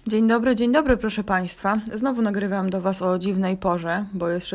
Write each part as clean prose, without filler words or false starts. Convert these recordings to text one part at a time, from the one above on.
Dzień dobry, proszę Państwa. Znowu nagrywam do Was o dziwnej porze, bo jest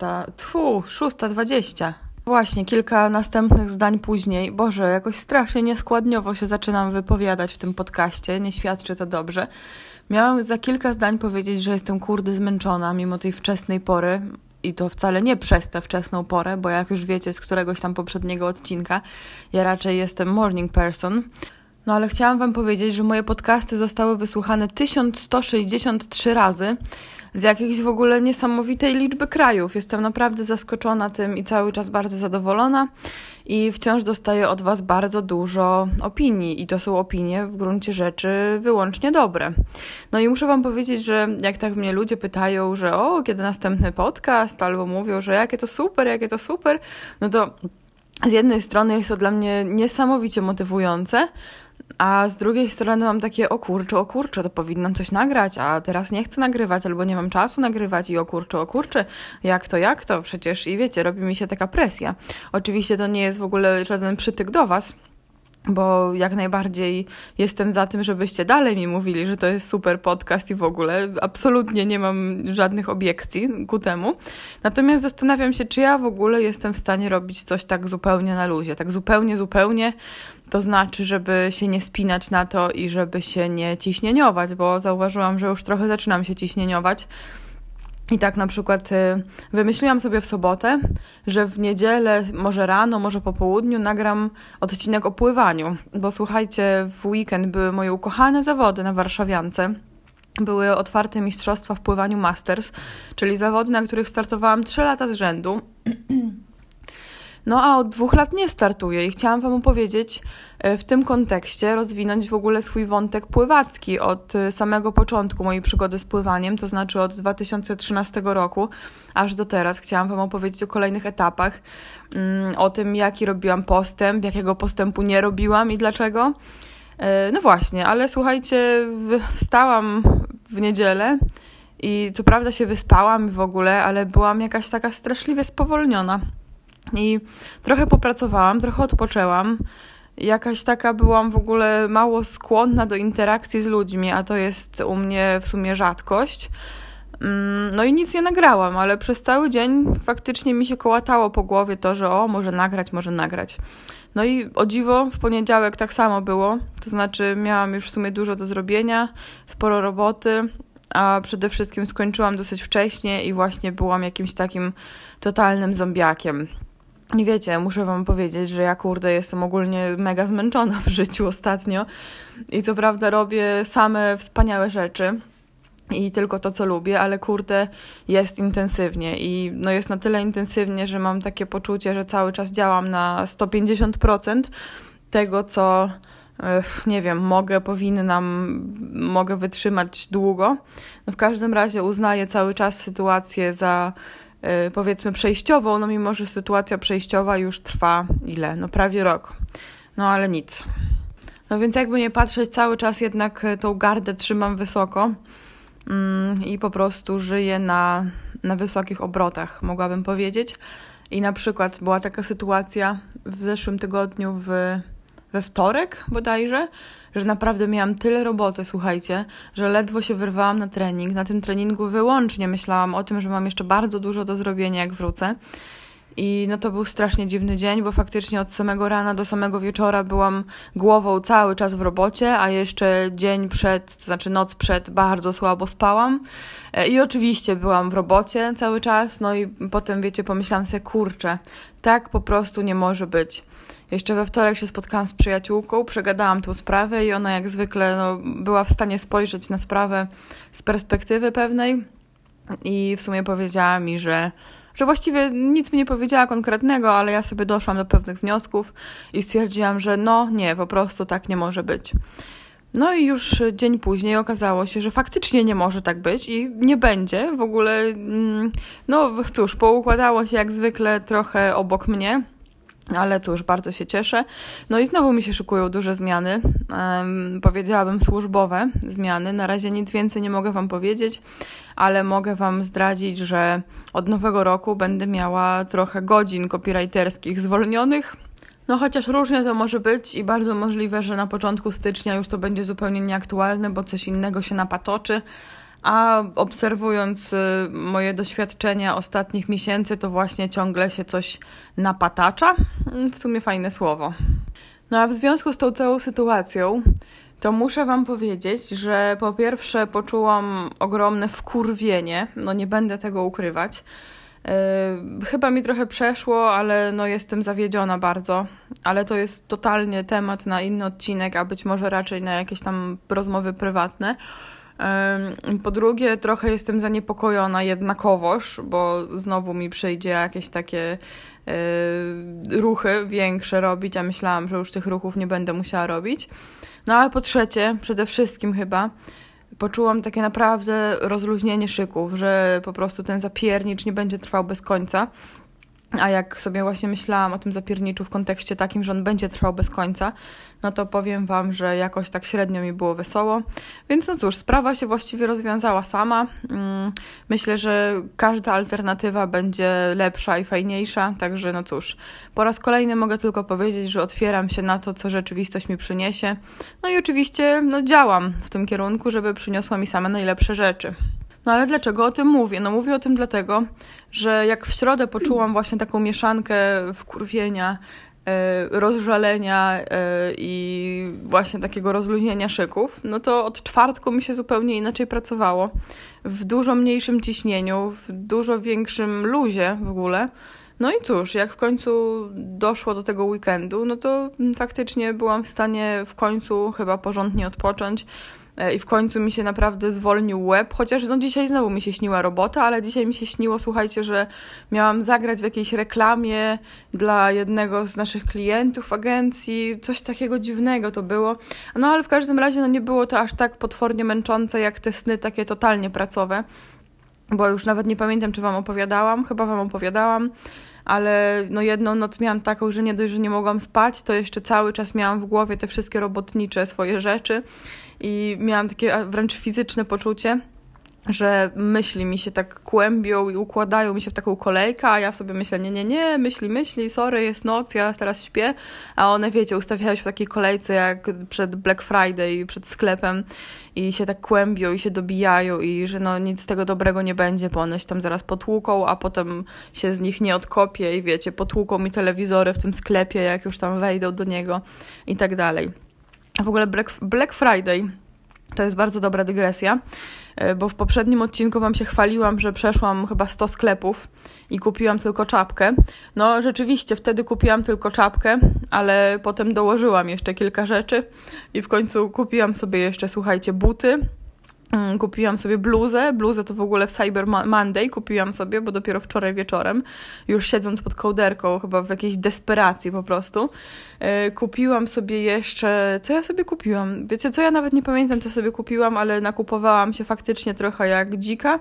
6:20. Właśnie, kilka następnych zdań później. Boże, jakoś strasznie nieskładniowo się zaczynam wypowiadać w tym podcaście, nie świadczy to dobrze. Miałam za kilka zdań powiedzieć, że jestem zmęczona mimo tej wczesnej pory. I to wcale nie przez tę wczesną porę, bo jak już wiecie z któregoś tam poprzedniego odcinka, ja raczej jestem morning person. No ale chciałam Wam powiedzieć, że moje podcasty zostały wysłuchane 1163 razy z jakiejś w ogóle niesamowitej liczby krajów. Jestem naprawdę zaskoczona tym i cały czas bardzo zadowolona i wciąż dostaję od Was bardzo dużo opinii i to są opinie w gruncie rzeczy wyłącznie dobre. No i muszę Wam powiedzieć, że jak tak mnie ludzie pytają, że kiedy następny podcast, albo mówią, że jakie to super, no to z jednej strony jest to dla mnie niesamowicie motywujące, a z drugiej strony mam takie, o kurczę, to powinnam coś nagrać, a teraz nie chcę nagrywać, albo nie mam czasu nagrywać i o kurczę, jak to, przecież i wiecie, robi mi się taka presja. Oczywiście to nie jest w ogóle żaden przytyk do Was, bo jak najbardziej jestem za tym, żebyście dalej mi mówili, że to jest super podcast i w ogóle absolutnie nie mam żadnych obiekcji ku temu. Natomiast zastanawiam się, czy ja w ogóle jestem w stanie robić coś tak zupełnie na luzie, tak zupełnie, to znaczy, żeby się nie spinać na to i żeby się nie ciśnieniować, bo zauważyłam, że już trochę zaczynam się ciśnieniować. I tak na przykład wymyśliłam sobie w sobotę, że w niedzielę, może rano, może po południu nagram odcinek o pływaniu, bo słuchajcie, w weekend były moje ukochane zawody na Warszawiance. Były otwarte mistrzostwa w pływaniu Masters, czyli zawody, na których startowałam 3 lata z rzędu. No a od 2 lat nie startuję i chciałam Wam opowiedzieć w tym kontekście, rozwinąć w ogóle swój wątek pływacki od samego początku mojej przygody z pływaniem, to znaczy od 2013 roku aż do teraz. Chciałam Wam opowiedzieć o kolejnych etapach, o tym jaki robiłam postęp, jakiego postępu nie robiłam i dlaczego. No właśnie, ale słuchajcie, wstałam w niedzielę i co prawda się wyspałam w ogóle, ale byłam jakaś taka straszliwie spowolniona. I trochę popracowałam, trochę odpoczęłam. Jakaś taka byłam w ogóle mało skłonna do interakcji z ludźmi, a to jest u mnie w sumie rzadkość. No i nic nie nagrałam, ale przez cały dzień faktycznie mi się kołatało po głowie to, że może nagrać. No i o dziwo w poniedziałek tak samo było, to znaczy miałam już w sumie dużo do zrobienia, sporo roboty, a przede wszystkim skończyłam dosyć wcześnie i właśnie byłam jakimś takim totalnym zombiakiem. I wiecie, muszę Wam powiedzieć, że ja jestem ogólnie mega zmęczona w życiu ostatnio i co prawda robię same wspaniałe rzeczy i tylko to, co lubię, ale jest intensywnie i jest na tyle intensywnie, że mam takie poczucie, że cały czas działam na 150% tego, co nie wiem, mogę wytrzymać długo. No w każdym razie uznaję cały czas sytuację za powiedzmy przejściową, mimo że sytuacja przejściowa już trwa ile? Prawie rok. No ale nic. No więc jakby nie patrzeć, cały czas jednak tą gardę trzymam wysoko i po prostu żyję na wysokich obrotach, mogłabym powiedzieć. I na przykład była taka sytuacja w zeszłym tygodniu we wtorek bodajże, że naprawdę miałam tyle roboty, słuchajcie, że ledwo się wyrwałam na trening. Na tym treningu wyłącznie myślałam o tym, że mam jeszcze bardzo dużo do zrobienia, jak wrócę. I to był strasznie dziwny dzień, bo faktycznie od samego rana do samego wieczora byłam głową cały czas w robocie, a jeszcze dzień przed, to znaczy noc przed, bardzo słabo spałam. I oczywiście byłam w robocie cały czas, i potem, wiecie, pomyślałam sobie, tak po prostu nie może być. Jeszcze we wtorek się spotkałam z przyjaciółką, przegadałam tą sprawę i ona jak zwykle była w stanie spojrzeć na sprawę z perspektywy pewnej i w sumie powiedziała mi, że właściwie nic mi nie powiedziała konkretnego, ale ja sobie doszłam do pewnych wniosków i stwierdziłam, że nie, po prostu tak nie może być. No i już dzień później okazało się, że faktycznie nie może tak być i nie będzie w ogóle, cóż, poukładało się jak zwykle trochę obok mnie. Ale cóż, bardzo się cieszę. No i znowu mi się szykują duże zmiany, powiedziałabym służbowe zmiany. Na razie nic więcej nie mogę Wam powiedzieć, ale mogę Wam zdradzić, że od nowego roku będę miała trochę godzin copywriterskich zwolnionych No chociaż różnie to może być i bardzo możliwe, że na początku stycznia już to będzie zupełnie nieaktualne, bo coś innego się napatoczy, a obserwując moje doświadczenia ostatnich miesięcy, to właśnie ciągle się coś napatacza. W sumie fajne słowo. No a w związku z tą całą sytuacją, to muszę wam powiedzieć, że po pierwsze poczułam ogromne wkurwienie, no nie będę tego ukrywać. Chyba mi trochę przeszło, ale no jestem zawiedziona bardzo, ale to jest totalnie temat na inny odcinek, a być może raczej na jakieś tam rozmowy prywatne. Po drugie, trochę jestem zaniepokojona jednakowoż, bo znowu mi przyjdzie jakieś takie ruchy większe robić, a myślałam, że już tych ruchów nie będę musiała robić. No ale po trzecie, przede wszystkim chyba, poczułam takie naprawdę rozluźnienie szyków, że po prostu ten zapiernicz nie będzie trwał bez końca. A jak sobie właśnie myślałam o tym zapierniczu w kontekście takim, że on będzie trwał bez końca, no to powiem wam, że jakoś tak średnio mi było wesoło. Więc no cóż, sprawa się właściwie rozwiązała sama. Myślę, że każda alternatywa będzie lepsza i fajniejsza, także no cóż, po raz kolejny mogę tylko powiedzieć, że otwieram się na to, co rzeczywistość mi przyniesie. No i oczywiście no działam w tym kierunku, żeby przyniosła mi same najlepsze rzeczy. No ale dlaczego o tym mówię? No mówię o tym dlatego, że jak w środę poczułam właśnie taką mieszankę wkurwienia, rozżalenia i właśnie takiego rozluźnienia szyków, no to od czwartku mi się zupełnie inaczej pracowało. W dużo mniejszym ciśnieniu, w dużo większym luzie w ogóle. No i cóż, jak w końcu doszło do tego weekendu, no to faktycznie byłam w stanie w końcu chyba porządnie odpocząć. I w końcu mi się naprawdę zwolnił łeb, chociaż no dzisiaj znowu mi się śniła robota, ale dzisiaj mi się śniło, słuchajcie, że miałam zagrać w jakiejś reklamie dla jednego z naszych klientów w agencji, coś takiego dziwnego to było. No ale w każdym razie no nie było to aż tak potwornie męczące jak te sny takie totalnie pracowe, bo już nawet nie pamiętam, czy wam opowiadałam, chyba wam opowiadałam, ale no jedną noc miałam taką, że nie dość, że nie mogłam spać, to jeszcze cały czas miałam w głowie te wszystkie robotnicze swoje rzeczy i miałam takie wręcz fizyczne poczucie, że myśli mi się tak kłębią i układają mi się w taką kolejkę, a ja sobie myślę, nie, myśli, sorry, jest noc, ja teraz śpię, a one, wiecie, ustawiają się w takiej kolejce jak przed Black Friday, przed sklepem i się tak kłębią i się dobijają i że no nic z tego dobrego nie będzie, bo one się tam zaraz potłuką, a potem się z nich nie odkopię i wiecie, potłuką mi telewizory w tym sklepie, jak już tam wejdą do niego i tak dalej. A w ogóle Black Friday to jest bardzo dobra dygresja, bo w poprzednim odcinku wam się chwaliłam, że przeszłam chyba 100 sklepów i kupiłam tylko czapkę. No rzeczywiście wtedy kupiłam tylko czapkę, ale potem dołożyłam jeszcze kilka rzeczy i w końcu kupiłam sobie jeszcze, słuchajcie, buty. Kupiłam sobie bluzę to w ogóle w Cyber Monday kupiłam sobie, bo dopiero wczoraj wieczorem, już siedząc pod kołderką, chyba w jakiejś desperacji po prostu, kupiłam sobie jeszcze, co ja sobie kupiłam? Wiecie co, ja nawet nie pamiętam, co sobie kupiłam, ale nakupowałam się faktycznie trochę jak dzika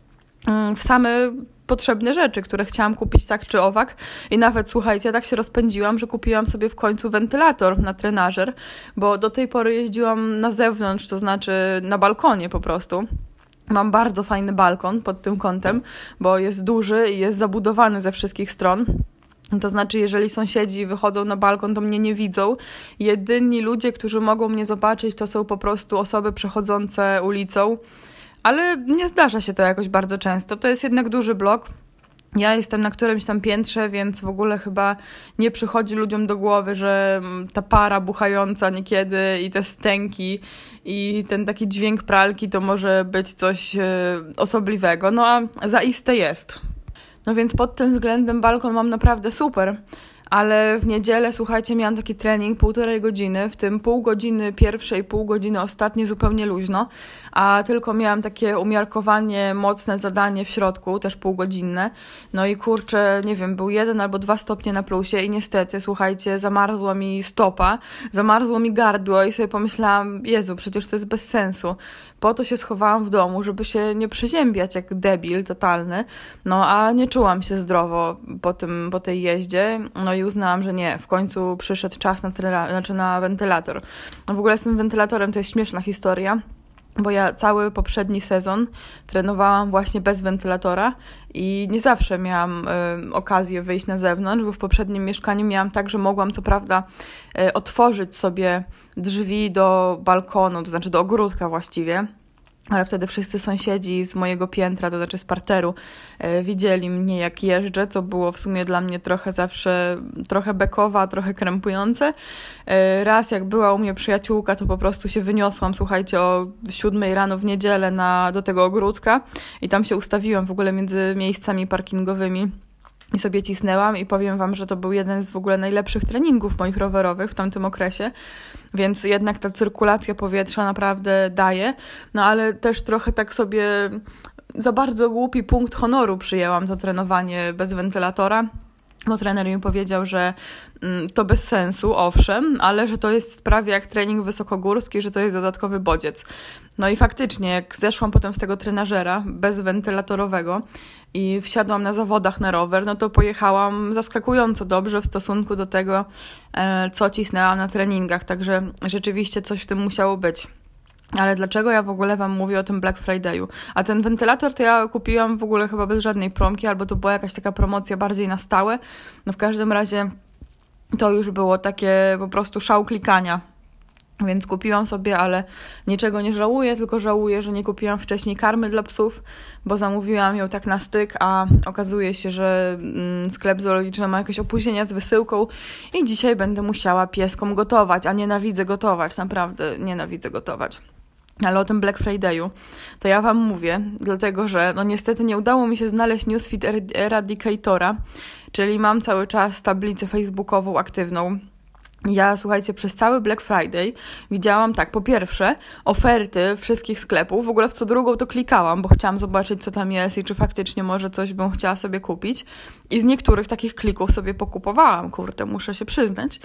w same potrzebne rzeczy, które chciałam kupić tak czy owak i nawet, słuchajcie, ja tak się rozpędziłam, że kupiłam sobie w końcu wentylator na trenażer, bo do tej pory jeździłam na zewnątrz, to znaczy na balkonie po prostu. Mam bardzo fajny balkon pod tym kątem, bo jest duży i jest zabudowany ze wszystkich stron. To znaczy, jeżeli sąsiedzi wychodzą na balkon, to mnie nie widzą. Jedyni ludzie, którzy mogą mnie zobaczyć, to są po prostu osoby przechodzące ulicą. Ale nie zdarza się to jakoś bardzo często. To jest jednak duży blok. Ja jestem na którymś tam piętrze, więc w ogóle chyba nie przychodzi ludziom do głowy, że ta para buchająca niekiedy i te stęki i ten taki dźwięk pralki to może być coś osobliwego. No a zaiste jest. No więc pod tym względem balkon mam naprawdę super. Ale w niedzielę, słuchajcie, miałam taki trening 1,5 godziny, w tym pół godziny pierwsze i pół godziny ostatnie zupełnie luźno, a tylko miałam takie umiarkowanie mocne zadanie w środku, też półgodzinne. No i kurczę, nie wiem, był 1 albo 2 stopnie na plusie i niestety, słuchajcie, zamarzła mi stopa, zamarzło mi gardło i sobie pomyślałam, Jezu, przecież to jest bez sensu. Po to się schowałam w domu, żeby się nie przeziębiać jak debil totalny, no a nie czułam się zdrowo po tej jeździe, no i uznałam, że nie, w końcu przyszedł czas na wentylator. No w ogóle z tym wentylatorem to jest śmieszna historia, bo ja cały poprzedni sezon trenowałam właśnie bez wentylatora i nie zawsze miałam okazję wyjść na zewnątrz, bo w poprzednim mieszkaniu miałam tak, że mogłam co prawda otworzyć sobie drzwi do balkonu, to znaczy do ogródka właściwie, ale wtedy wszyscy sąsiedzi z mojego piętra, to znaczy z parteru, widzieli mnie jak jeżdżę, co było w sumie dla mnie trochę zawsze, trochę bekowa, trochę krępujące. Raz jak była u mnie przyjaciółka, to po prostu się wyniosłam, słuchajcie, o 7 rano w niedzielę do tego ogródka i tam się ustawiłam w ogóle między miejscami parkingowymi i sobie cisnęłam i powiem wam, że to był jeden z w ogóle najlepszych treningów moich rowerowych w tamtym okresie, więc jednak ta cyrkulacja powietrza naprawdę daje, no ale też trochę tak sobie za bardzo głupi punkt honoru przyjęłam to trenowanie bez wentylatora, bo trener mi powiedział, że to bez sensu, owszem, ale że to jest prawie jak trening wysokogórski, że to jest dodatkowy bodziec. No i faktycznie, jak zeszłam potem z tego trenażera bezwentylatorowego i wsiadłam na zawodach na rower, no to pojechałam zaskakująco dobrze w stosunku do tego, co cisnęłam na treningach, także rzeczywiście coś w tym musiało być. Ale dlaczego ja w ogóle wam mówię o tym Black Friday'u? A ten wentylator to ja kupiłam w ogóle chyba bez żadnej promki, albo to była jakaś taka promocja bardziej na stałe. No w każdym razie to już było takie po prostu szał klikania. Więc kupiłam sobie, ale niczego nie żałuję, tylko żałuję, że nie kupiłam wcześniej karmy dla psów, bo zamówiłam ją tak na styk, a okazuje się, że sklep zoologiczny ma jakieś opóźnienia z wysyłką i dzisiaj będę musiała pieskom gotować, a nienawidzę gotować, naprawdę nienawidzę gotować. Ale o tym Black Friday'u to ja wam mówię, dlatego że no niestety nie udało mi się znaleźć Newsfeed Eradicatora, czyli mam cały czas tablicę facebookową aktywną. Ja, słuchajcie, przez cały Black Friday widziałam tak, po pierwsze, oferty wszystkich sklepów, w ogóle w co drugą to klikałam, bo chciałam zobaczyć, co tam jest i czy faktycznie może coś bym chciała sobie kupić. I z niektórych takich klików sobie pokupowałam, kurde, muszę się przyznać.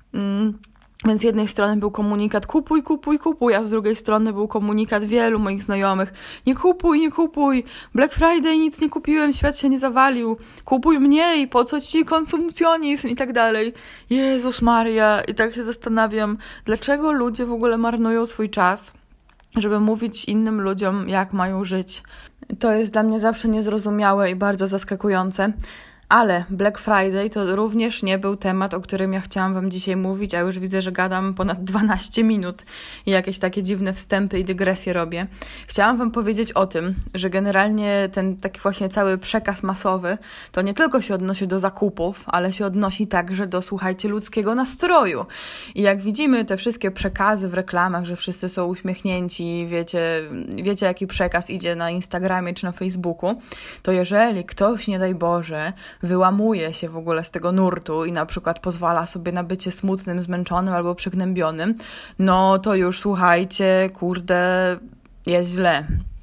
Więc z jednej strony był komunikat kupuj, kupuj, kupuj, a z drugiej strony był komunikat wielu moich znajomych nie kupuj, nie kupuj, Black Friday nic nie kupiłem, świat się nie zawalił, kupuj mniej, po co ci konsumpcjonizm i tak dalej. Jezus Maria, i tak się zastanawiam, dlaczego ludzie w ogóle marnują swój czas, żeby mówić innym ludziom, jak mają żyć. To jest dla mnie zawsze niezrozumiałe i bardzo zaskakujące. Ale Black Friday to również nie był temat, o którym ja chciałam wam dzisiaj mówić, a już widzę, że gadam ponad 12 minut i jakieś takie dziwne wstępy i dygresje robię. Chciałam wam powiedzieć o tym, że generalnie ten taki właśnie cały przekaz masowy to nie tylko się odnosi do zakupów, ale się odnosi także do, słuchajcie, ludzkiego nastroju. I jak widzimy te wszystkie przekazy w reklamach, że wszyscy są uśmiechnięci, wiecie jaki przekaz idzie na Instagramie czy na Facebooku, to jeżeli ktoś, nie daj Boże, wyłamuje się w ogóle z tego nurtu i na przykład pozwala sobie na bycie smutnym, zmęczonym albo przygnębionym, no to już słuchajcie, kurde, jest źle.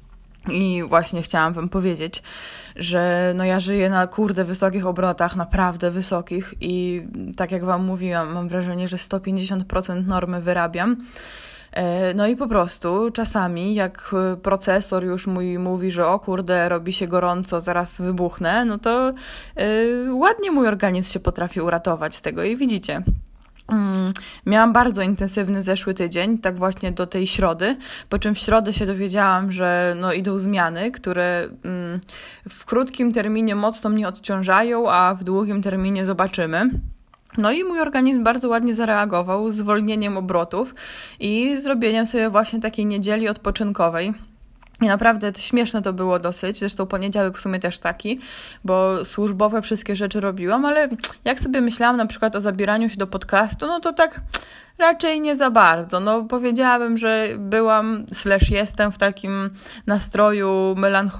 I właśnie chciałam wam powiedzieć, że no ja żyję na wysokich obrotach, naprawdę wysokich i tak jak wam mówiłam, mam wrażenie, że 150% normy wyrabiam. No i po prostu czasami jak procesor już mój mówi, że o kurde, robi się gorąco, zaraz wybuchnę, no to ładnie mój organizm się potrafi uratować z tego i widzicie. Miałam bardzo intensywny zeszły tydzień, tak właśnie do tej środy, po czym w środę się dowiedziałam, że no idą zmiany, które w krótkim terminie mocno mnie odciążają, a w długim terminie zobaczymy. No i mój organizm bardzo ładnie zareagował zwolnieniem obrotów i zrobieniem sobie właśnie takiej niedzieli odpoczynkowej. I naprawdę śmieszne to było dosyć, zresztą poniedziałek w sumie też taki, bo służbowe wszystkie rzeczy robiłam, ale jak sobie myślałam na przykład o zabieraniu się do podcastu, no to tak raczej nie za bardzo. No powiedziałabym, że jestem w takim nastroju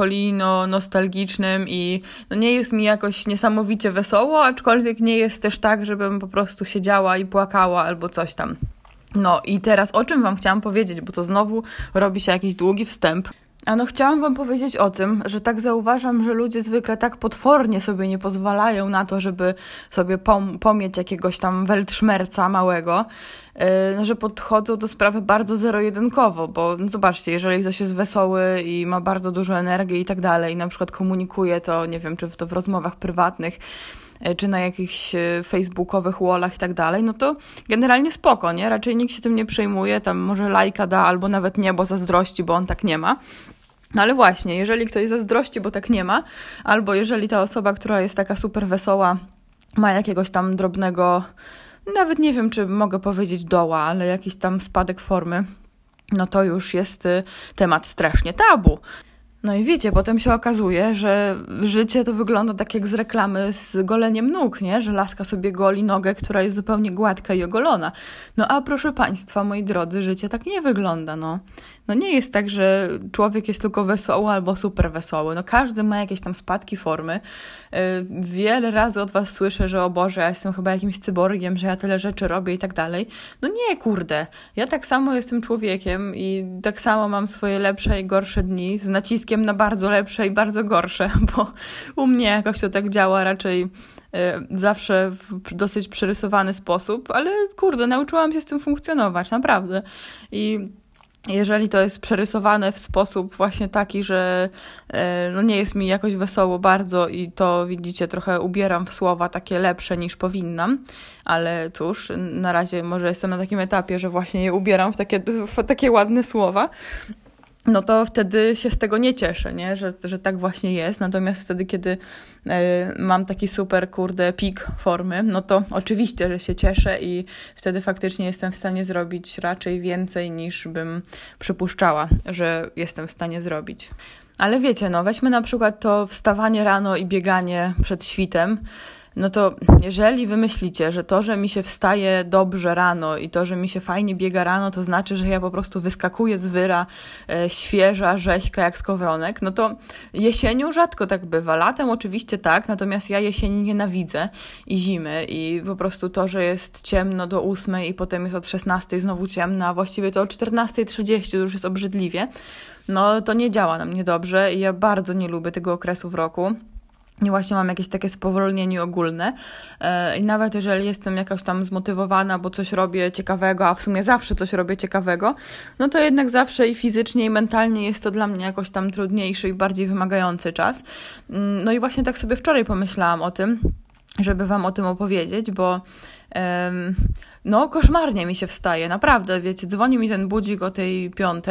melancholijno-nostalgicznym i no nie jest mi jakoś niesamowicie wesoło, aczkolwiek nie jest też tak, żebym po prostu siedziała i płakała albo coś tam. No i teraz o czym wam chciałam powiedzieć, bo to znowu robi się jakiś długi wstęp. Chciałam wam powiedzieć o tym, że tak zauważam, że ludzie zwykle tak potwornie sobie nie pozwalają na to, żeby sobie pomieć jakiegoś tam weltszmerca małego, że podchodzą do sprawy bardzo zero-jedynkowo, bo zobaczcie, jeżeli ktoś jest wesoły i ma bardzo dużo energii i tak dalej, i na przykład komunikuje to, nie wiem, czy to w rozmowach prywatnych, czy na jakichś facebookowych wallach i tak dalej, no to generalnie spoko, nie? Raczej nikt się tym nie przejmuje, tam może lajka da, albo nawet nie, bo zazdrości, bo on tak nie ma. No ale właśnie, jeżeli ktoś zazdrości, bo tak nie ma, albo jeżeli ta osoba, która jest taka super wesoła, ma jakiegoś tam drobnego, nawet nie wiem, czy mogę powiedzieć doła, ale jakiś tam spadek formy, no to już jest temat strasznie tabu. No i wiecie, potem się okazuje, że życie to wygląda tak jak z reklamy z goleniem nóg, nie? Że laska sobie goli nogę, która jest zupełnie gładka i ogolona. No a proszę Państwa, moi drodzy, życie tak nie wygląda, no. No nie jest tak, że człowiek jest tylko wesoły albo super wesoły. No każdy ma jakieś tam spadki formy. Wiele razy od was słyszę, że o Boże, ja jestem chyba jakimś cyborgiem, że ja tyle rzeczy robię i tak dalej. No nie, kurde. Ja tak samo jestem człowiekiem i tak samo mam swoje lepsze i gorsze dni z naciskiem na bardzo lepsze i bardzo gorsze, bo u mnie jakoś to tak działa raczej zawsze w dosyć przerysowany sposób, ale kurde, nauczyłam się z tym funkcjonować, naprawdę. I jeżeli to jest przerysowane w sposób właśnie taki, że no nie jest mi jakoś wesoło bardzo i to widzicie, trochę ubieram w słowa takie lepsze niż powinnam, ale cóż, na razie może jestem na takim etapie, że właśnie je ubieram w takie ładne słowa, no to wtedy się z tego nie cieszę, nie? Że tak właśnie jest. Natomiast wtedy, kiedy mam taki super, pik formy, no to oczywiście, że się cieszę i wtedy faktycznie jestem w stanie zrobić raczej więcej niż bym przypuszczała, że jestem w stanie zrobić. Ale wiecie, no weźmy na przykład to wstawanie rano i bieganie przed świtem. No to jeżeli wy myślicie, że to, że mi się wstaje dobrze rano i to, że mi się fajnie biega rano, to znaczy, że ja po prostu wyskakuję z wyra świeża, rzeźka jak skowronek, no to jesienią rzadko tak bywa. Latem oczywiście tak, natomiast ja jesieni nienawidzę i zimy i po prostu to, że jest ciemno do 8 i potem jest od 16 znowu ciemno, a właściwie to o 14:30 to już jest obrzydliwie, no to nie działa na mnie dobrze i ja bardzo nie lubię tego okresu w roku. I właśnie mam jakieś takie spowolnienie ogólne i nawet jeżeli jestem jakaś tam zmotywowana, bo coś robię ciekawego, a w sumie zawsze coś robię ciekawego, no to jednak zawsze i fizycznie i mentalnie jest to dla mnie jakoś tam trudniejszy i bardziej wymagający czas. No i właśnie tak sobie wczoraj pomyślałam o tym, żeby wam o tym opowiedzieć, bo no koszmarnie mi się wstaje, naprawdę, wiecie, dzwoni mi ten budzik o tej 5:00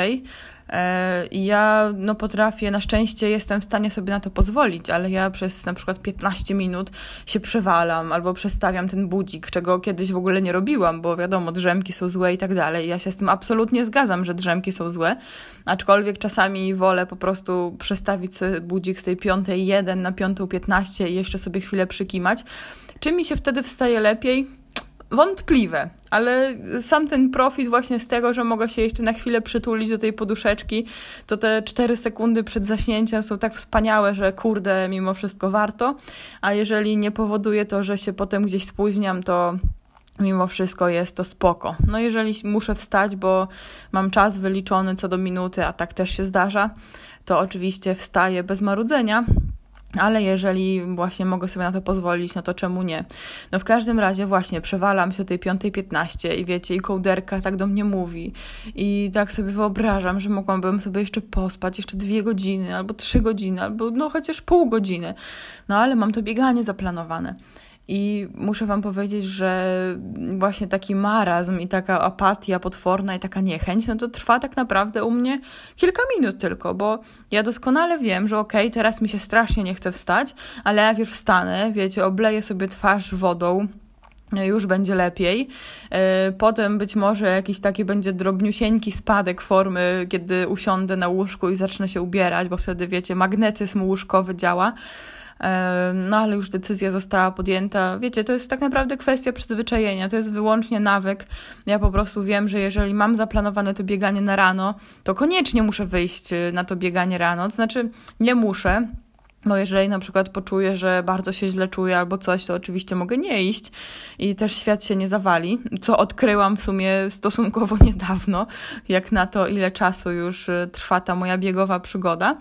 i ja potrafię, na szczęście jestem w stanie sobie na to pozwolić, ale ja przez na przykład 15 minut się przewalam albo przestawiam ten budzik, czego kiedyś w ogóle nie robiłam, bo wiadomo, drzemki są złe i tak dalej. Ja się z tym absolutnie zgadzam, że drzemki są złe, aczkolwiek czasami wolę po prostu przestawić sobie budzik z tej 5:01 na 5:15 i jeszcze sobie chwilę przykimać. Czy mi się wtedy wstaje lepiej? Wątpliwe, ale sam ten profit właśnie z tego, że mogę się jeszcze na chwilę przytulić do tej poduszeczki, to te 4 sekundy przed zaśnięciem są tak wspaniałe, że kurde, mimo wszystko warto, a jeżeli nie powoduje to, że się potem gdzieś spóźniam, to mimo wszystko jest to spoko. No jeżeli muszę wstać, bo mam czas wyliczony co do minuty, a tak też się zdarza, to oczywiście wstaję bez marudzenia. Ale jeżeli właśnie mogę sobie na to pozwolić, no to czemu nie? No w każdym razie właśnie przewalam się o tej 5:15 i wiecie, i kołderka tak do mnie mówi i tak sobie wyobrażam, że mogłabym sobie jeszcze pospać jeszcze 2 godziny, albo 3 godziny, albo chociaż pół godziny. No ale mam to bieganie zaplanowane. I muszę wam powiedzieć, że właśnie taki marazm i taka apatia potworna i taka niechęć, no to trwa tak naprawdę u mnie kilka minut tylko, bo ja doskonale wiem, że okej, teraz mi się strasznie nie chce wstać, ale jak już wstanę, wiecie, obleję sobie twarz wodą, już będzie lepiej. Potem być może jakiś taki będzie drobniusieńki spadek formy, kiedy usiądę na łóżku i zacznę się ubierać, bo wtedy, wiecie, magnetyzm łóżkowy działa. No ale już decyzja została podjęta. Wiecie, to jest tak naprawdę kwestia przyzwyczajenia, to jest wyłącznie nawyk. Ja po prostu wiem, że jeżeli mam zaplanowane to bieganie na rano, to koniecznie muszę wyjść na to bieganie rano, to znaczy nie muszę. No jeżeli na przykład poczuję, że bardzo się źle czuję albo coś, to oczywiście mogę nie iść i też świat się nie zawali, co odkryłam w sumie stosunkowo niedawno, jak na to, ile czasu już trwa ta moja biegowa przygoda.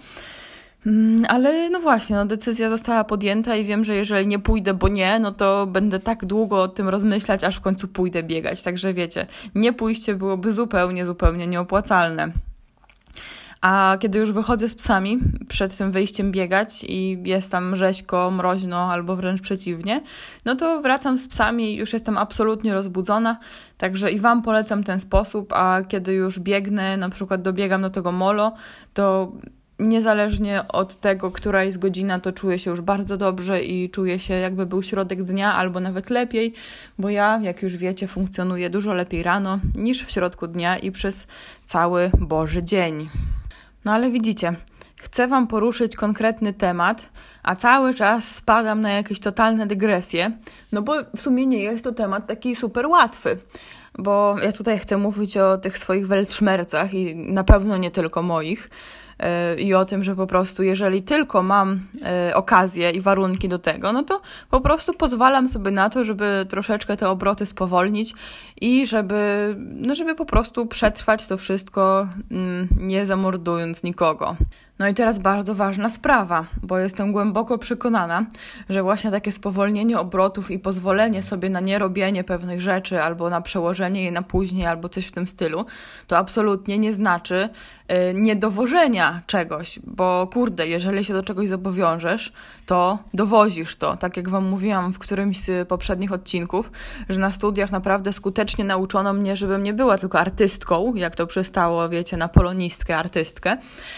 Ale no właśnie, decyzja została podjęta i wiem, że jeżeli nie pójdę, bo nie, no to będę tak długo o tym rozmyślać, aż w końcu pójdę biegać. Także wiecie, nie pójście byłoby zupełnie nieopłacalne. A kiedy już wychodzę z psami przed tym wyjściem biegać i jest tam rzeźko, mroźno albo wręcz przeciwnie, no to wracam z psami i już jestem absolutnie rozbudzona, także i Wam polecam ten sposób, a kiedy już biegnę, na przykład dobiegam do tego molo, to niezależnie od tego, która jest godzina, to czuję się już bardzo dobrze i czuję się, jakby był środek dnia albo nawet lepiej, bo ja, jak już wiecie, funkcjonuję dużo lepiej rano niż w środku dnia i przez cały Boży dzień. No ale widzicie, chcę Wam poruszyć konkretny temat, a cały czas spadam na jakieś totalne dygresje, no bo w sumie nie jest to temat taki super łatwy, bo ja tutaj chcę mówić o tych swoich weltschmerzach i na pewno nie tylko moich, i o tym, że po prostu jeżeli tylko mam okazję i warunki do tego, no to po prostu pozwalam sobie na to, żeby troszeczkę te obroty spowolnić i żeby po prostu przetrwać to wszystko, nie zamordując nikogo. No i teraz bardzo ważna sprawa, bo jestem głęboko przekonana, że właśnie takie spowolnienie obrotów i pozwolenie sobie na nierobienie pewnych rzeczy albo na przełożenie je na później albo coś w tym stylu, to absolutnie nie znaczy niedowożenia czegoś, bo kurde, jeżeli się do czegoś zobowiążesz, to dowozisz to. Tak jak Wam mówiłam w którymś z poprzednich odcinków, że na studiach naprawdę skutecznie nauczono mnie, żebym nie była tylko artystką, jak to przystało, wiecie, na polonistkę, artystkę,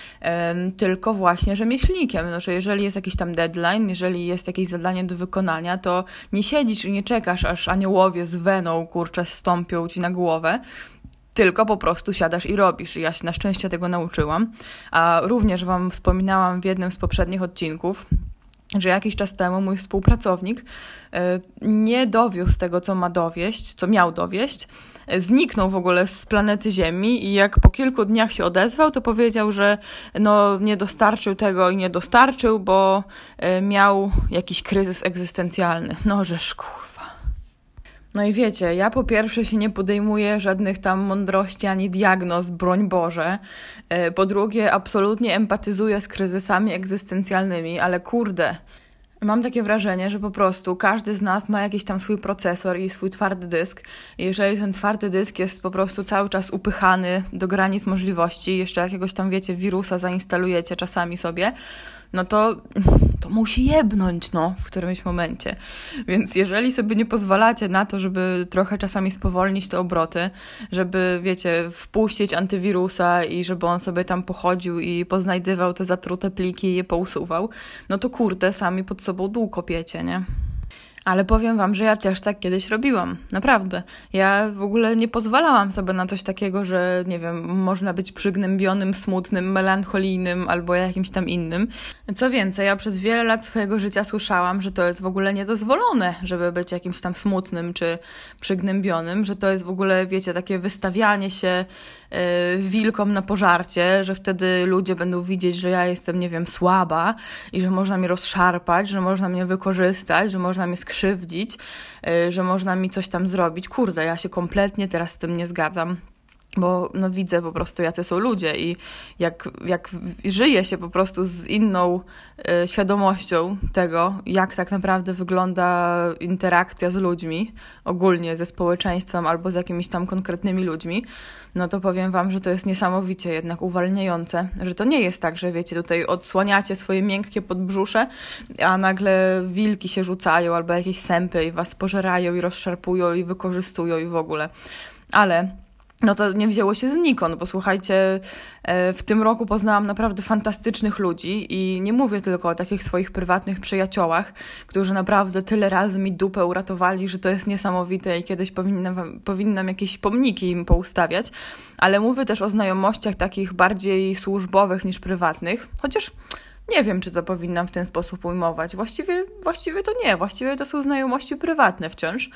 tylko właśnie rzemieślnikiem. No, że jeżeli jest jakiś tam deadline, jeżeli jest jakieś zadanie do wykonania, to nie siedzisz i nie czekasz, aż aniołowie z weną, kurczę, stąpią ci na głowę, tylko po prostu siadasz i robisz. I ja się na szczęście tego nauczyłam. A również Wam wspominałam w jednym z poprzednich odcinków, że jakiś czas temu mój współpracownik nie dowiózł tego, co ma dowieść, co miał dowieść. Zniknął w ogóle z planety Ziemi i jak po kilku dniach się odezwał, to powiedział, że no nie dostarczył tego i nie dostarczył, bo miał jakiś kryzys egzystencjalny. No żeż kurwa. No i wiecie, ja po pierwsze się nie podejmuję żadnych tam mądrości ani diagnoz, broń Boże. Po drugie, absolutnie empatyzuję z kryzysami egzystencjalnymi, ale kurde, mam takie wrażenie, że po prostu każdy z nas ma jakiś tam swój procesor i swój twardy dysk. I jeżeli ten twardy dysk jest po prostu cały czas upychany do granic możliwości, jeszcze jakiegoś tam, wiecie, wirusa zainstalujecie czasami sobie, no to musi jebnąć, no, w którymś momencie. Więc jeżeli sobie nie pozwalacie na to, żeby trochę czasami spowolnić te obroty, żeby, wiecie, wpuścić antywirusa i żeby on sobie tam pochodził i poznajdywał te zatrute pliki i je pousuwał, no to kurde, sami pod sobą dół kopiecie, nie? Ale powiem Wam, że ja też tak kiedyś robiłam. Naprawdę. Ja w ogóle nie pozwalałam sobie na coś takiego, że nie wiem, można być przygnębionym, smutnym, melancholijnym albo jakimś tam innym. Co więcej, ja przez wiele lat swojego życia słyszałam, że to jest w ogóle niedozwolone, żeby być jakimś tam smutnym czy przygnębionym, że to jest w ogóle, wiecie, takie wystawianie się wilkom na pożarcie, że wtedy ludzie będą widzieć, że ja jestem, nie wiem, słaba i że można mnie rozszarpać, że można mnie wykorzystać, że można mnie skrzywdzić, że można mi coś tam zrobić. Kurde, ja się kompletnie teraz z tym nie zgadzam. Bo no, widzę po prostu, jacy są ludzie i jak żyje się po prostu z inną świadomością tego, jak tak naprawdę wygląda interakcja z ludźmi, ogólnie ze społeczeństwem albo z jakimiś tam konkretnymi ludźmi, no to powiem Wam, że to jest niesamowicie jednak uwalniające, że to nie jest tak, że wiecie, tutaj odsłaniacie swoje miękkie podbrzusze, a nagle wilki się rzucają albo jakieś sępy i Was pożerają i rozszarpują i wykorzystują i w ogóle. Ale no to nie wzięło się znikąd, bo słuchajcie, w tym roku poznałam naprawdę fantastycznych ludzi i nie mówię tylko o takich swoich prywatnych przyjaciołach, którzy naprawdę tyle razy mi dupę uratowali, że to jest niesamowite i kiedyś powinnam jakieś pomniki im poustawiać, ale mówię też o znajomościach takich bardziej służbowych niż prywatnych, chociaż nie wiem, czy to powinnam w ten sposób ujmować. Właściwie to nie, właściwie to są znajomości prywatne wciąż.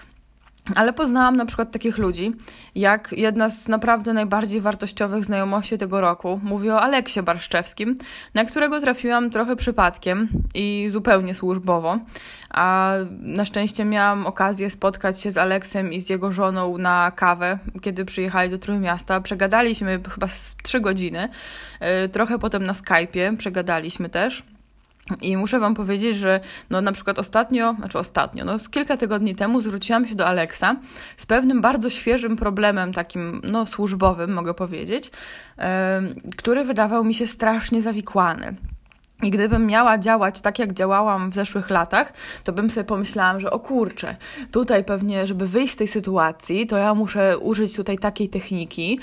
Ale poznałam na przykład takich ludzi, jak jedna z naprawdę najbardziej wartościowych znajomości tego roku. Mówię o Aleksie Barszczewskim, na którego trafiłam trochę przypadkiem i zupełnie służbowo. A na szczęście miałam okazję spotkać się z Aleksem i z jego żoną na kawę, kiedy przyjechali do Trójmiasta. Przegadaliśmy chyba 3 godziny, trochę potem na Skype'ie przegadaliśmy też. I muszę wam powiedzieć, że na przykład ostatnio, z kilka tygodni temu zwróciłam się do Alexa z pewnym bardzo świeżym problemem takim, służbowym, mogę powiedzieć, który wydawał mi się strasznie zawikłany. I gdybym miała działać tak, jak działałam w zeszłych latach, to bym sobie pomyślałam, że o kurczę, tutaj pewnie, żeby wyjść z tej sytuacji, to ja muszę użyć tutaj takiej techniki,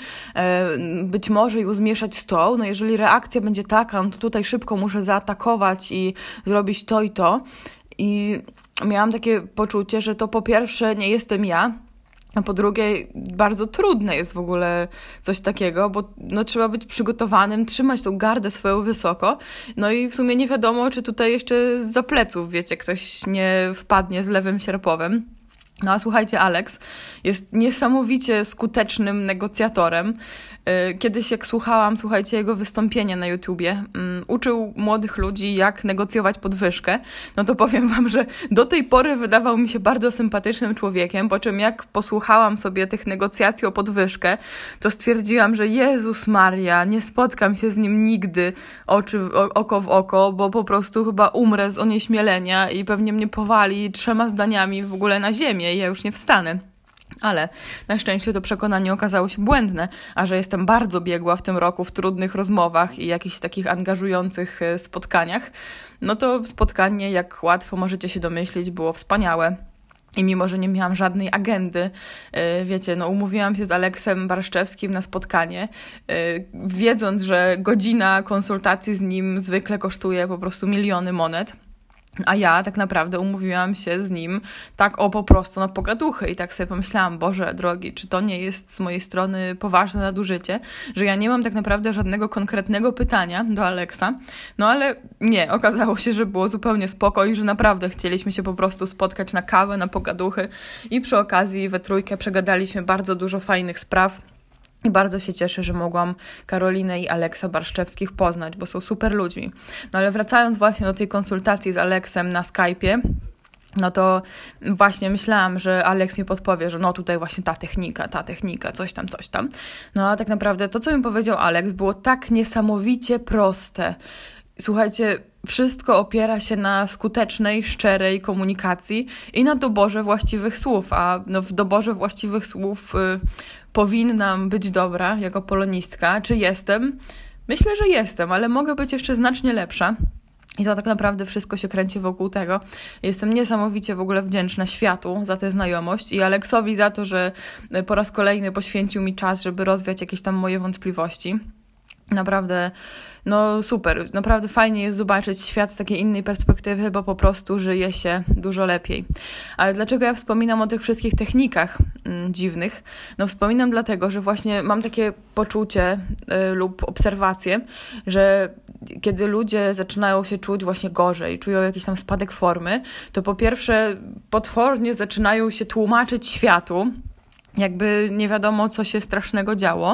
być może ją zmieszać z tą, jeżeli reakcja będzie taka, to tutaj szybko muszę zaatakować i zrobić to i to. I miałam takie poczucie, że to po pierwsze nie jestem ja, a po drugie, bardzo trudne jest w ogóle coś takiego, bo trzeba być przygotowanym, trzymać tą gardę swoją wysoko. I w sumie nie wiadomo, czy tutaj jeszcze zza pleców, ktoś nie wpadnie z lewym sierpowym. A słuchajcie, Alex jest niesamowicie skutecznym negocjatorem. Kiedyś jak słuchałam, jego wystąpienia na YouTubie, uczył młodych ludzi, jak negocjować podwyżkę, to powiem wam, że do tej pory wydawał mi się bardzo sympatycznym człowiekiem, po czym jak posłuchałam sobie tych negocjacji o podwyżkę, to stwierdziłam, że Jezus Maria, nie spotkam się z nim nigdy oko w oko, bo po prostu chyba umrę z onieśmielenia i pewnie mnie powali 3 zdaniami w ogóle na ziemię i ja już nie wstanę. Ale na szczęście to przekonanie okazało się błędne, a że jestem bardzo biegła w tym roku w trudnych rozmowach i jakichś takich angażujących spotkaniach, to spotkanie, jak łatwo możecie się domyślić, było wspaniałe. I mimo, że nie miałam żadnej agendy, umówiłam się z Aleksem Barszczewskim na spotkanie, wiedząc, że godzina konsultacji z nim zwykle kosztuje po prostu miliony monet. A ja tak naprawdę umówiłam się z nim tak po prostu na pogaduchy i tak sobie pomyślałam, Boże drogi, czy to nie jest z mojej strony poważne nadużycie, że ja nie mam tak naprawdę żadnego konkretnego pytania do Aleksa, ale nie, okazało się, że było zupełnie spoko i że naprawdę chcieliśmy się po prostu spotkać na kawę, na pogaduchy i przy okazji we trójkę przegadaliśmy bardzo dużo fajnych spraw. I bardzo się cieszę, że mogłam Karolinę i Aleksa Barszczewskich poznać, bo są super ludźmi. Ale wracając właśnie do tej konsultacji z Aleksem na Skype'ie, to właśnie myślałam, że Aleks mi podpowie, że tutaj właśnie ta technika, coś tam. A tak naprawdę to, co mi powiedział Aleks, było tak niesamowicie proste. Słuchajcie, wszystko opiera się na skutecznej, szczerej komunikacji i na doborze właściwych słów, a w doborze właściwych słów powinnam być dobra jako polonistka. Czy jestem? Myślę, że jestem, ale mogę być jeszcze znacznie lepsza. I to tak naprawdę wszystko się kręci wokół tego. Jestem niesamowicie w ogóle wdzięczna światu za tę znajomość i Aleksowi za to, że po raz kolejny poświęcił mi czas, żeby rozwiać jakieś tam moje wątpliwości. Naprawdę, super. Naprawdę fajnie jest zobaczyć świat z takiej innej perspektywy, bo po prostu żyje się dużo lepiej. Ale dlaczego ja wspominam o tych wszystkich technikach dziwnych? Wspominam dlatego, że właśnie mam takie poczucie lub obserwację, że kiedy ludzie zaczynają się czuć właśnie gorzej, czują jakiś tam spadek formy, to po pierwsze potwornie zaczynają się tłumaczyć światu, jakby nie wiadomo, co się strasznego działo.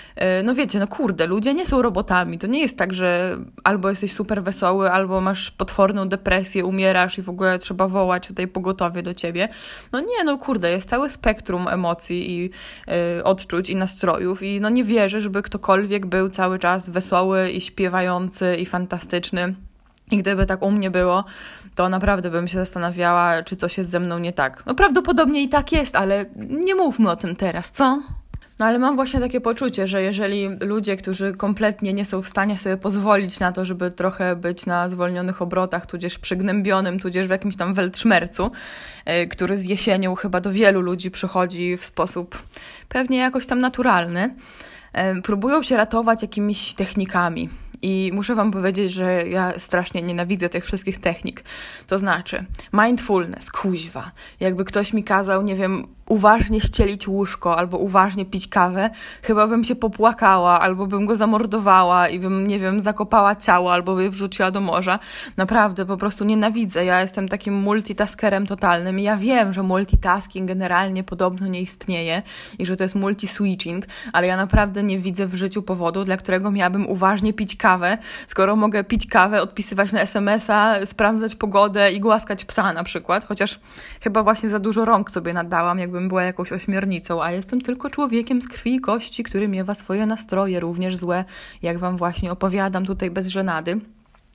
Ludzie nie są robotami. To nie jest tak, że albo jesteś super wesoły, albo masz potworną depresję, umierasz i w ogóle trzeba wołać tutaj pogotowie do ciebie. Jest całe spektrum emocji i odczuć i nastrojów i nie wierzę, żeby ktokolwiek był cały czas wesoły i śpiewający i fantastyczny. I gdyby tak u mnie było, to naprawdę bym się zastanawiała, czy coś jest ze mną nie tak. Prawdopodobnie i tak jest, ale nie mówmy o tym teraz, co? Ale mam właśnie takie poczucie, że jeżeli ludzie, którzy kompletnie nie są w stanie sobie pozwolić na to, żeby trochę być na zwolnionych obrotach, tudzież przygnębionym, tudzież w jakimś tam weltszmercu, który z jesienią chyba do wielu ludzi przychodzi w sposób pewnie jakoś tam naturalny, próbują się ratować jakimiś technikami. I muszę wam powiedzieć, że ja strasznie nienawidzę tych wszystkich technik. To znaczy mindfulness, kuźwa. Jakby ktoś mi kazał, uważnie ścielić łóżko albo uważnie pić kawę, chyba bym się popłakała, albo bym go zamordowała i bym, zakopała ciało, albo by wrzuciła do morza. Naprawdę, po prostu nienawidzę. Ja jestem takim multitaskerem totalnym i ja wiem, że multitasking generalnie podobno nie istnieje i że to jest multi-switching, ale ja naprawdę nie widzę w życiu powodu, dla którego miałabym uważnie pić kawę, skoro mogę pić kawę, odpisywać na SMS-a, sprawdzać pogodę i głaskać psa na przykład, chociaż chyba właśnie za dużo rąk sobie nadałam, jakbym była jakąś ośmiornicą, a jestem tylko człowiekiem z krwi i kości, który miewa swoje nastroje, również złe, jak wam właśnie opowiadam tutaj bez żenady.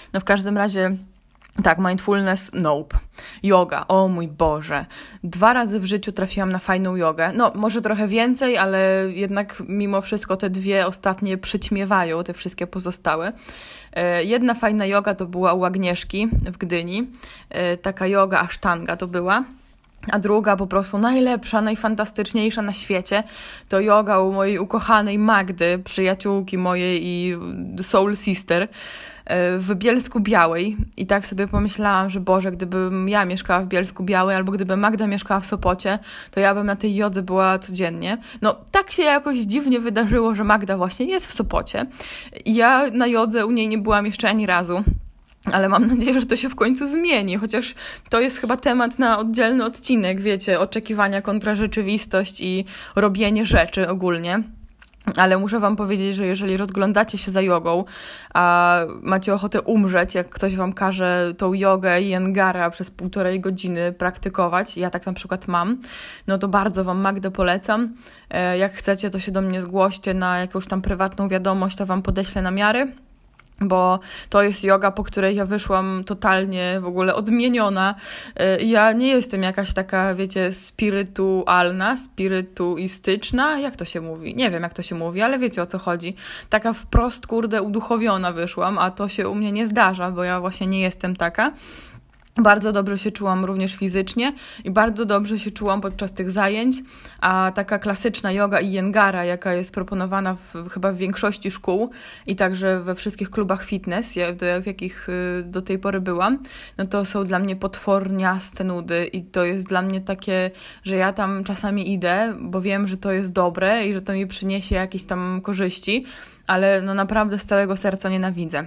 No w każdym razie tak, mindfulness, nope. Yoga, o mój Boże. 2 razy w życiu trafiłam na fajną jogę. No, może trochę więcej, ale jednak mimo wszystko te 2 ostatnie przyćmiewają, te wszystkie pozostałe. Jedna fajna joga to była u Agnieszki w Gdyni. Taka joga Ashtanga to była. A druga po prostu najlepsza, najfantastyczniejsza na świecie to joga u mojej ukochanej Magdy, przyjaciółki mojej i soul sister w Bielsku Białej. I tak sobie pomyślałam, że Boże, gdybym ja mieszkała w Bielsku Białej albo gdyby Magda mieszkała w Sopocie, to ja bym na tej jodze była codziennie. No tak się jakoś dziwnie wydarzyło, że Magda właśnie jest w Sopocie. I ja na jodze u niej nie byłam jeszcze ani razu. Ale mam nadzieję, że to się w końcu zmieni, chociaż to jest chyba temat na oddzielny odcinek, wiecie, oczekiwania kontra rzeczywistość i robienie rzeczy ogólnie. Ale muszę wam powiedzieć, że jeżeli rozglądacie się za jogą, a macie ochotę umrzeć, jak ktoś wam każe tą jogę Iyengara przez 1,5 godziny praktykować, ja tak na przykład mam, no to bardzo wam Magdę polecam. Jak chcecie, to się do mnie zgłoście na jakąś tam prywatną wiadomość, to wam podeślę namiary. Bo to jest joga, po której ja wyszłam totalnie w ogóle odmieniona. Ja nie jestem jakaś taka, wiecie, spirytualna, spirytuistyczna, jak to się mówi? Nie wiem, jak to się mówi, ale wiecie, o co chodzi. Taka wprost, kurde, uduchowiona wyszłam, a to się u mnie nie zdarza, bo ja właśnie nie jestem taka. Bardzo dobrze się czułam również fizycznie i bardzo dobrze się czułam podczas tych zajęć, a taka klasyczna joga Iyengara, jaka jest proponowana chyba w większości szkół i także we wszystkich klubach fitness, w jakich do tej pory byłam, no to są dla mnie potworniaste nudy i to jest dla mnie takie, że ja tam czasami idę, bo wiem, że to jest dobre i że to mi przyniesie jakieś tam korzyści, ale no naprawdę z całego serca nienawidzę.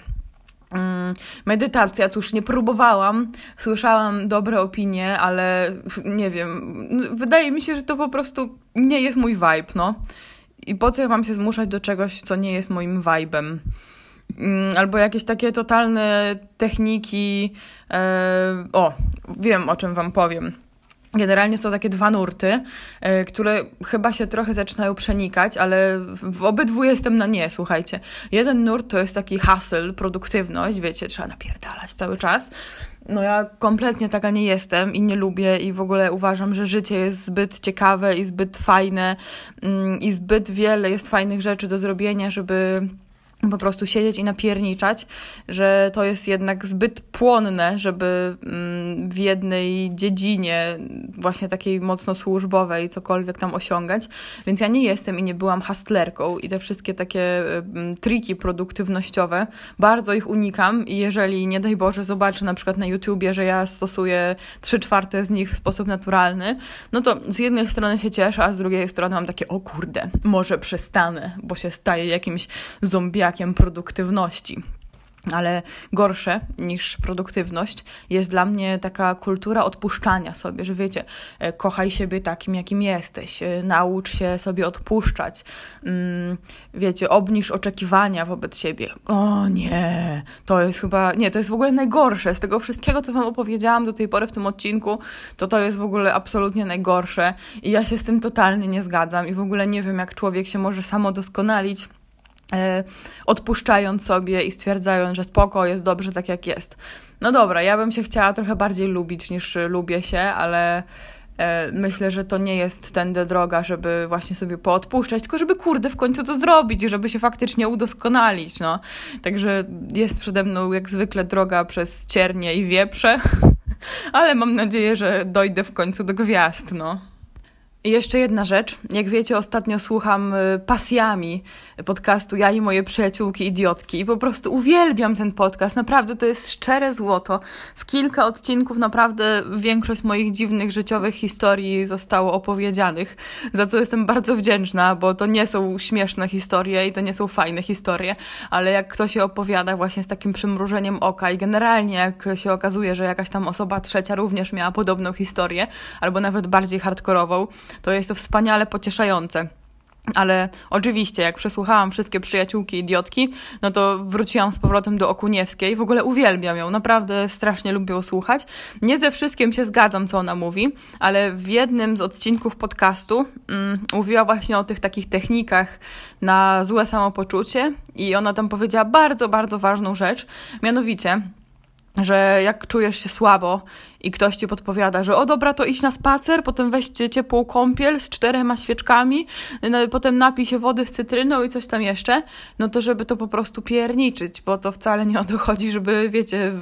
Medytacja, cóż, nie próbowałam, słyszałam dobre opinie, ale nie wiem, wydaje mi się, że to po prostu nie jest mój vibe, no. I po co ja mam się zmuszać do czegoś, co nie jest moim vibe'em? Albo jakieś takie totalne techniki, wiem, o czym wam powiem. Generalnie są takie 2 nurty, które chyba się trochę zaczynają przenikać, ale w obydwu jestem na nie, słuchajcie. Jeden nurt to jest taki hustle, produktywność, wiecie, trzeba napierdalać cały czas. No ja kompletnie taka nie jestem i nie lubię i w ogóle uważam, że życie jest zbyt ciekawe i zbyt fajne i zbyt wiele jest fajnych rzeczy do zrobienia, żeby po prostu siedzieć i napierniczać, że to jest jednak zbyt płonne, żeby w jednej dziedzinie właśnie takiej mocno służbowej cokolwiek tam osiągać. Więc ja nie jestem i nie byłam hustlerką i te wszystkie takie triki produktywnościowe, bardzo ich unikam i jeżeli, nie daj Boże, zobaczę na przykład na YouTubie, że ja stosuję 3/4 z nich w sposób naturalny, no to z jednej strony się cieszę, a z drugiej strony mam takie, o kurde, może przestanę, bo się staję jakimś zombiakiem produktywności. Ale gorsze niż produktywność jest dla mnie taka kultura odpuszczania sobie, że wiecie, kochaj siebie takim, jakim jesteś, naucz się sobie odpuszczać, wiecie, obniż oczekiwania wobec siebie. O nie, to jest chyba, nie, to jest w ogóle najgorsze. Z tego wszystkiego, co wam opowiedziałam do tej pory w tym odcinku, to jest w ogóle absolutnie najgorsze i ja się z tym totalnie nie zgadzam i w ogóle nie wiem, jak człowiek się może samodoskonalić, odpuszczając sobie i stwierdzając, że spoko, jest dobrze tak jak jest. No dobra, ja bym się chciała trochę bardziej lubić niż lubię się, ale myślę, że to nie jest tędy droga, żeby właśnie sobie poodpuszczać, tylko żeby kurde w końcu to zrobić, żeby się faktycznie udoskonalić, no. Także jest przede mną jak zwykle droga przez ciernie i wieprze, ale mam nadzieję, że dojdę w końcu do gwiazd, no. I jeszcze jedna rzecz. Jak wiecie, ostatnio słucham pasjami podcastu Ja i moje przyjaciółki idiotki i po prostu uwielbiam ten podcast. Naprawdę to jest szczere złoto. W kilka odcinków naprawdę większość moich dziwnych życiowych historii zostało opowiedzianych, za co jestem bardzo wdzięczna, bo to nie są śmieszne historie i to nie są fajne historie, ale jak ktoś je opowiada właśnie z takim przymrużeniem oka i generalnie jak się okazuje, że jakaś tam osoba trzecia również miała podobną historię, albo nawet bardziej hardkorową, to jest to wspaniale pocieszające. Ale oczywiście, jak przesłuchałam wszystkie Przyjaciółki Idiotki, no to wróciłam z powrotem do Okuniewskiej. W ogóle uwielbiam ją, naprawdę strasznie lubię ją słuchać. Nie ze wszystkim się zgadzam, co ona mówi, ale w jednym z odcinków podcastu mówiła właśnie o tych takich technikach na złe samopoczucie i ona tam powiedziała bardzo, bardzo ważną rzecz, mianowicie, że jak czujesz się słabo i ktoś ci podpowiada, że o dobra, to idź na spacer, potem weźcie ciepłą kąpiel z 4 świeczkami, potem napij się wody z cytryną i coś tam jeszcze, no to żeby to po prostu pierniczyć, bo to wcale nie o to chodzi, żeby wiecie,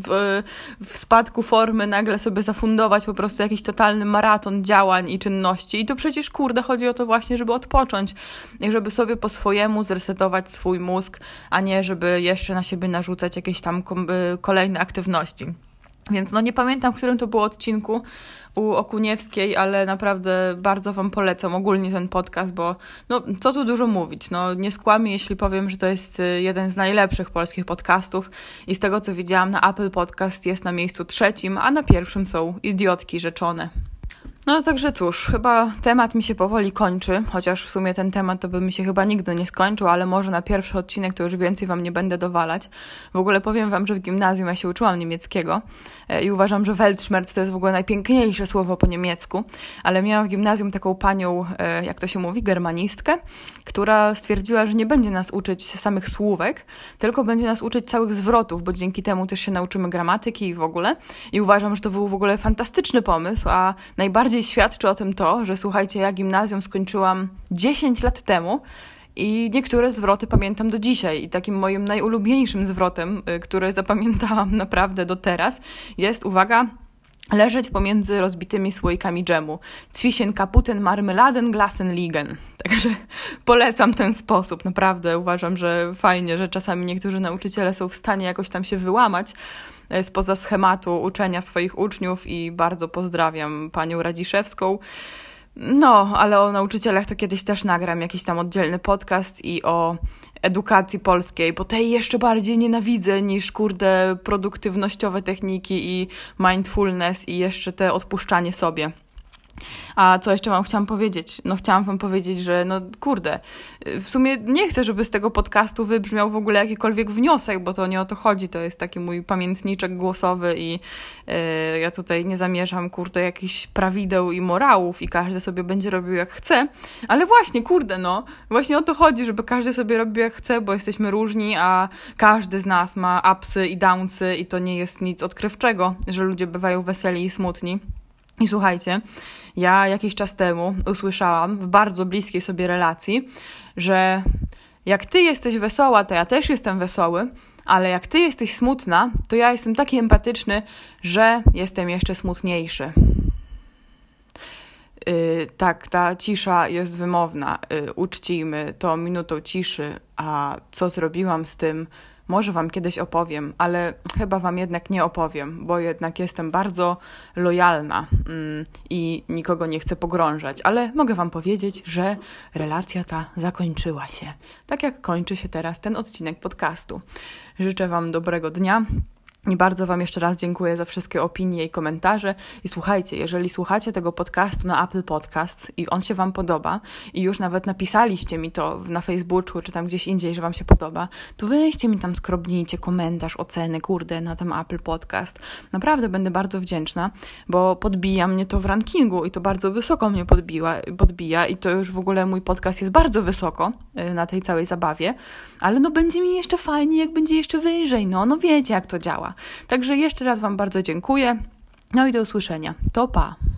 w spadku formy nagle sobie zafundować po prostu jakiś totalny maraton działań i czynności i to przecież kurde chodzi o to właśnie, żeby odpocząć i żeby sobie po swojemu zresetować swój mózg, a nie żeby jeszcze na siebie narzucać jakieś tam kolejne aktywności. Więc no nie pamiętam, w którym to było odcinku u Okuniewskiej, ale naprawdę bardzo wam polecam ogólnie ten podcast, bo no co tu dużo mówić, no nie skłamię, jeśli powiem, że to jest jeden z najlepszych polskich podcastów i z tego co widziałam na Apple Podcast jest na miejscu 3, a na 1 są Idiotki Rzeczone. No także cóż, chyba temat mi się powoli kończy, chociaż w sumie ten temat to by mi się chyba nigdy nie skończył, ale może na pierwszy odcinek to już więcej wam nie będę dowalać. W ogóle powiem wam, że w gimnazjum ja się uczyłam niemieckiego i uważam, że Weltschmerz to jest w ogóle najpiękniejsze słowo po niemiecku, ale miałam w gimnazjum taką panią, jak to się mówi, germanistkę, która stwierdziła, że nie będzie nas uczyć samych słówek, tylko będzie nas uczyć całych zwrotów, bo dzięki temu też się nauczymy gramatyki i w ogóle. I uważam, że to był w ogóle fantastyczny pomysł, a najbardziej świadczy o tym to, że słuchajcie, ja gimnazjum skończyłam 10 lat temu i niektóre zwroty pamiętam do dzisiaj i takim moim najulubieńszym zwrotem, który zapamiętałam naprawdę do teraz jest, uwaga, leżeć pomiędzy rozbitymi słoikami dżemu. Zwischen kaputten Marmeladen Glasen liegen. Także polecam ten sposób. Naprawdę uważam, że fajnie, że czasami niektórzy nauczyciele są w stanie jakoś tam się wyłamać spoza schematu uczenia swoich uczniów i bardzo pozdrawiam panią Radziszewską. No, ale o nauczycielach to kiedyś też nagram jakiś tam oddzielny podcast i o edukacji polskiej, bo tej jeszcze bardziej nienawidzę niż kurde produktywnościowe techniki i mindfulness i jeszcze te odpuszczanie sobie. A co jeszcze chciałam powiedzieć? No chciałam wam powiedzieć, że no kurde, w sumie nie chcę, żeby z tego podcastu wybrzmiał w ogóle jakikolwiek wniosek, bo to nie o to chodzi, to jest taki mój pamiętniczek głosowy i ja tutaj nie zamierzam kurde jakichś prawideł i morałów i każdy sobie będzie robił jak chce, ale właśnie kurde no, właśnie o to chodzi, żeby każdy sobie robił jak chce, bo jesteśmy różni, a każdy z nas ma upsy i downsy i to nie jest nic odkrywczego, że ludzie bywają weseli i smutni. I słuchajcie, ja jakiś czas temu usłyszałam w bardzo bliskiej sobie relacji, że jak ty jesteś wesoła, to ja też jestem wesoły, ale jak ty jesteś smutna, to ja jestem taki empatyczny, że jestem jeszcze smutniejszy. Tak, ta cisza jest wymowna. Uczcijmy to minutą ciszy, a co zrobiłam z tym, może wam kiedyś opowiem, ale chyba wam jednak nie opowiem, bo jednak jestem bardzo lojalna i nikogo nie chcę pogrążać, ale mogę wam powiedzieć, że relacja ta zakończyła się. Tak jak kończy się teraz ten odcinek podcastu. Życzę wam dobrego dnia. I bardzo wam jeszcze raz dziękuję za wszystkie opinie i komentarze. I słuchajcie, jeżeli słuchacie tego podcastu na Apple Podcasts i on się wam podoba i już nawet napisaliście mi to na Facebooku czy tam gdzieś indziej, że wam się podoba, to weźcie mi tam, skrobnijcie komentarz, oceny, kurde, na ten Apple Podcast. Naprawdę będę bardzo wdzięczna, bo podbija mnie to w rankingu i to bardzo wysoko mnie podbija i to już w ogóle mój podcast jest bardzo wysoko na tej całej zabawie, ale no będzie mi jeszcze fajnie, jak będzie jeszcze wyżej, no wiecie jak to działa. Także jeszcze raz wam bardzo dziękuję. No i do usłyszenia. To pa!